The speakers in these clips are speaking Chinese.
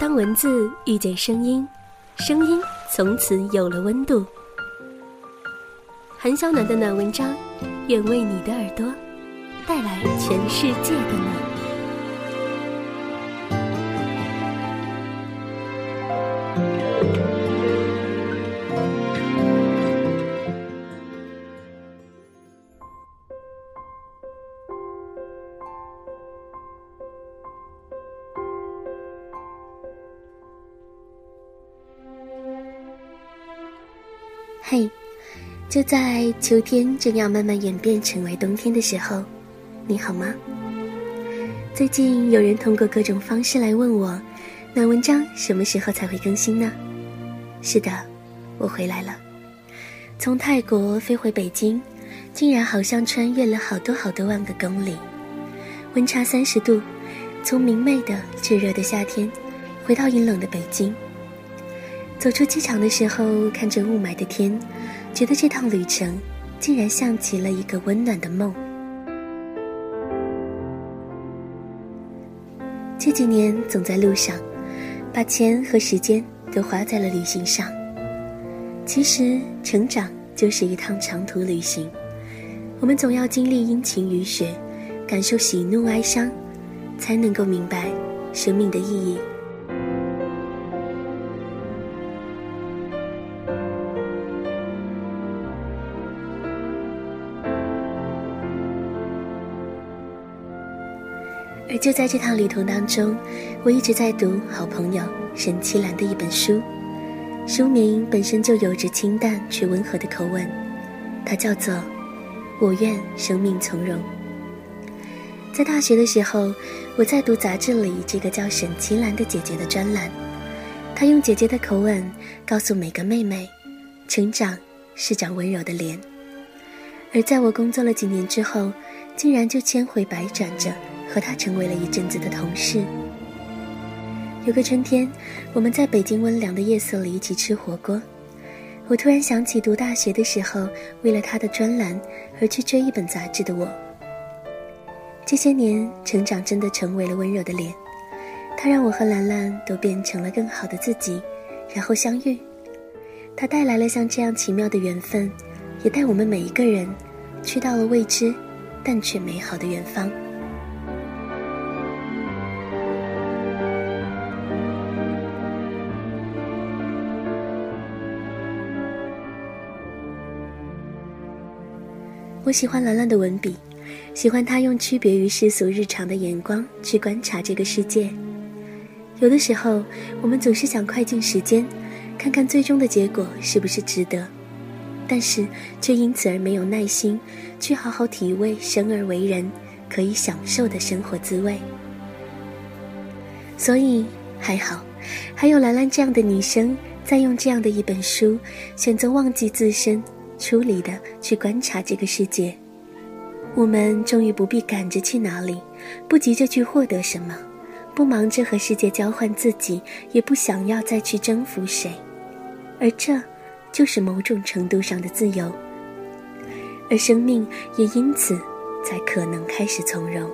当文字遇见声音，声音从此有了温度。韩小暖的暖文章，愿为你的耳朵带来全世界的暖。嘿，就在秋天正要慢慢演变成为冬天的时候，你好吗？最近有人通过各种方式来问我，暖文章什么时候才会更新呢？是的，我回来了，从泰国飞回北京，竟然好像穿越了好多万个公里，温差30度，从明媚的炙热的夏天回到阴冷的北京。走出机场的时候，看着雾霾的天，觉得这趟旅程竟然像极了一个温暖的梦。这几年总在路上，把钱和时间都花在了旅行上。其实成长就是一趟长途旅行，我们总要经历阴晴雨雪，感受喜怒哀伤，才能够明白生命的意义。而就在这趟旅途当中，我一直在读好朋友沈其兰的一本书，书名本身就有着清淡却温和的口吻，它叫做《我愿生命从容》。在大学的时候，我在读杂志里这个叫沈其兰的姐姐的专栏，她用姐姐的口吻告诉每个妹妹，成长是张温柔的脸。而在我工作了几年之后，竟然就千回百转着和他成为了一阵子的同事。有个春天，我们在北京温凉的夜色里一起吃火锅，我突然想起读大学的时候为了他的专栏而去追一本杂志的我。这些年成长真的成为了温柔的脸，他让我和兰兰都变成了更好的自己，然后相遇。他带来了像这样奇妙的缘分，也带我们每一个人去到了未知但却美好的远方。我喜欢兰兰的文笔，喜欢她用区别于世俗日常的眼光去观察这个世界。有的时候我们总是想快进时间，看看最终的结果是不是值得，但是却因此而没有耐心去好好体味生而为人可以享受的生活滋味。所以还好，还有兰兰这样的女生，在用这样的一本书选择忘记自身，出离的去观察这个世界。我们终于不必赶着去哪里，不急着去获得什么，不忙着和世界交换自己，也不想要再去征服谁，而这就是某种程度上的自由，而生命也因此才可能开始从容。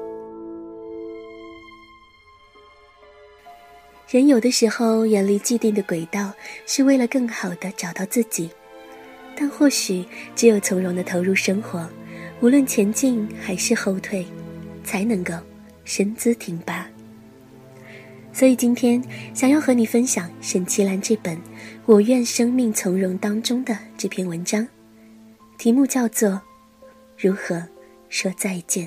人有的时候远离既定的轨道，是为了更好地找到自己，但或许只有从容地投入生活，无论前进还是后退，才能够身姿挺拔。所以今天想要和你分享沈其兰这本《我愿生命从容》当中的这篇文章，题目叫做《如何说再见》。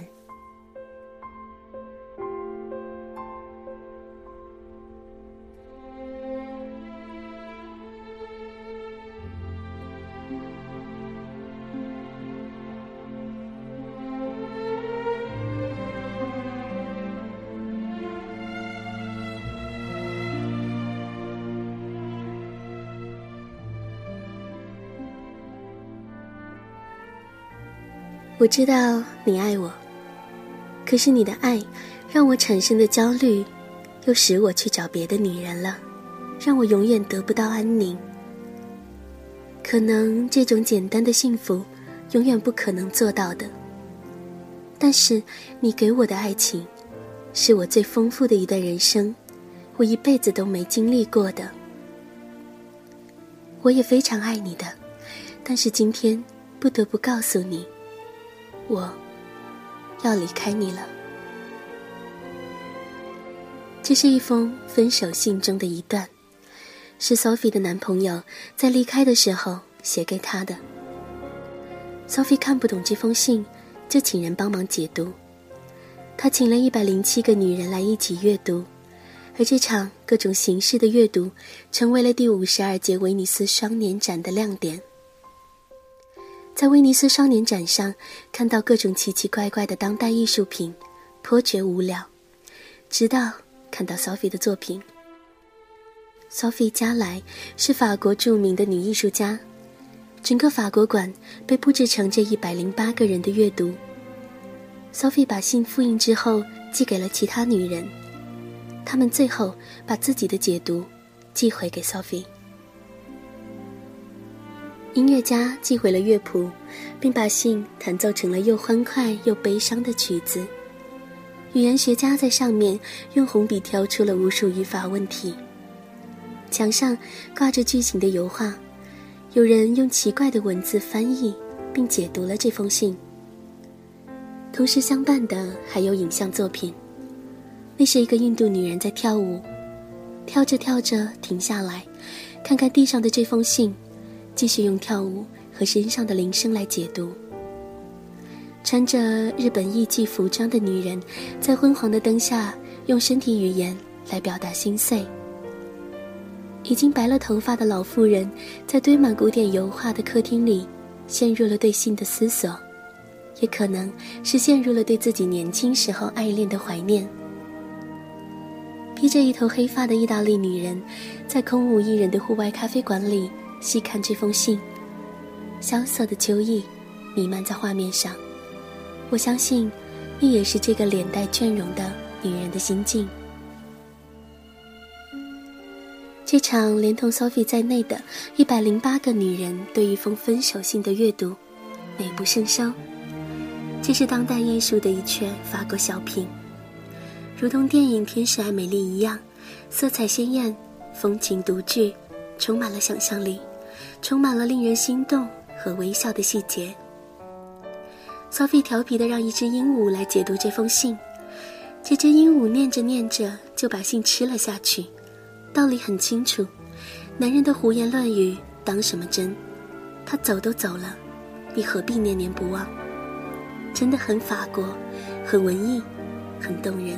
我知道你爱我，可是你的爱让我产生的焦虑，又使我去找别的女人了，让我永远得不到安宁。可能这种简单的幸福永远不可能做到的，但是你给我的爱情，是我最丰富的一段人生， 我一辈子都没经历过的。我也非常爱你的，但是今天不得不告诉你，我要离开你了。这是一封分手信中的一段，是 Sophie 的男朋友在离开的时候写给她的。Sophie 看不懂这封信，就请人帮忙解读。她请了107个女人来一起阅读，而这场各种形式的阅读成为了第52届威尼斯双年展的亮点。在威尼斯双年展上看到各种奇奇怪怪的当代艺术品，颇觉无聊，直到看到 Sophie 的作品。Sophie 加莱是法国著名的女艺术家，整个法国馆被布置成这108个人的阅读。Sophie 把信复印之后寄给了其他女人，她们最后把自己的解读寄回给 Sophie。 音乐家寄回了乐谱，并把信弹奏成了又欢快又悲伤的曲子。语言学家在上面用红笔挑出了无数语法问题。墙上挂着巨型的油画，有人用奇怪的文字翻译并解读了这封信。同时相伴的还有影像作品，那是一个印度女人在跳舞，跳着跳着停下来，看看地上的这封信，继续用跳舞和身上的铃声来解读。穿着日本艺伎服装的女人在昏黄的灯下用身体语言来表达心碎。已经白了头发的老妇人在堆满古典油画的客厅里陷入了对信的思索，也可能是陷入了对自己年轻时候爱恋的怀念。披着一头黑发的意大利女人在空无一人的户外咖啡馆里细看这封信，萧瑟的秋意弥漫在画面上。我相信那也是这个脸带倦容的女人的心境。这场连同 Sophie 在内的108个女人对一封分手信的阅读，美不胜收。这是当代艺术的一阙法国小品，如同电影《天使爱美丽》一样，色彩鲜艳，风情独具，充满了想象力，充满了令人心动和微笑的细节。Sophie 调皮地让一只鹦鹉来解读这封信，这只鹦鹉念着念着就把信吃了下去。道理很清楚，男人的胡言乱语当什么真？他走都走了，你何必念念不忘？真的很法国，很文艺，很动人。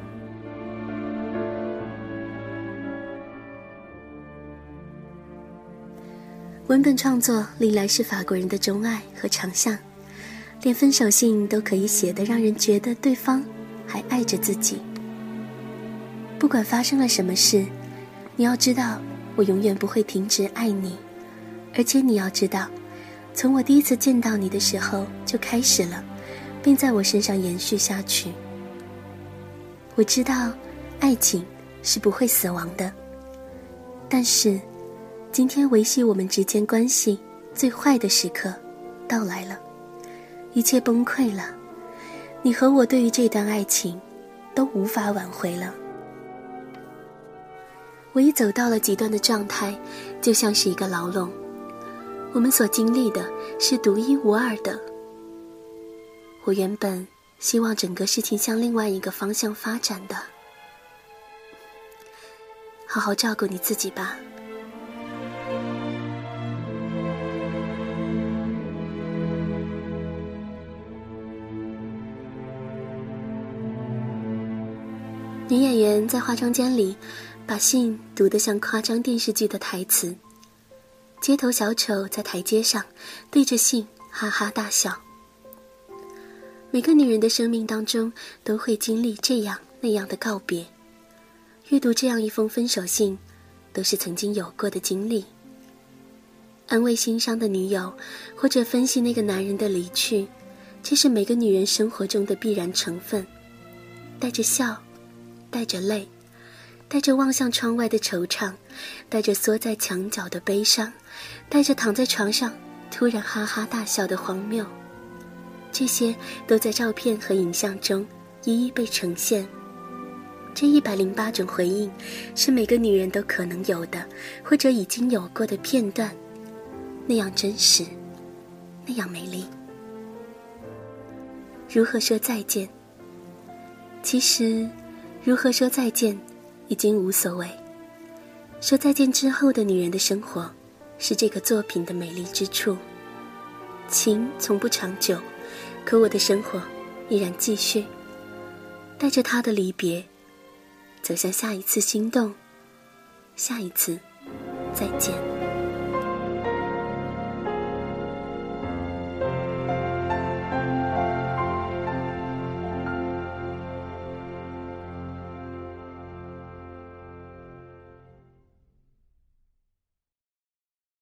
文本创作历来是法国人的钟爱和长项，连分手信都可以写得让人觉得对方还爱着自己。不管发生了什么事，你要知道，我永远不会停止爱你，而且你要知道，从我第一次见到你的时候就开始了，并在我身上延续下去。我知道，爱情是不会死亡的，但是，今天维系我们之间关系最坏的时刻到来了，一切崩溃了，你和我对于这段爱情都无法挽回了。我已走到了极端的状态，就像是一个牢笼，我们所经历的是独一无二的。我原本希望整个事情向另外一个方向发展的。好好照顾你自己吧。女演员在化妆间里把信读得像夸张电视剧的台词，街头小丑在台阶上对着信哈哈大笑。每个女人的生命当中都会经历这样那样的告别，阅读这样一封分手信都是曾经有过的经历。安慰心伤的女友，或者分析那个男人的离去，这是每个女人生活中的必然成分，带着笑，带着泪，带着望向窗外的惆怅，带着缩在墙角的悲伤，带着躺在床上突然哈哈大笑的荒谬，这些都在照片和影像中一一被呈现。 这108种回应，是每个女人都可能有的，或者已经有过的片段，那样真实，那样美丽。如何说再见？其实，如何说再见，已经无所谓。说再见之后的女人的生活，是这个作品的美丽之处。情从不长久，可我的生活依然继续，带着他的离别，走向下一次心动，下一次再见。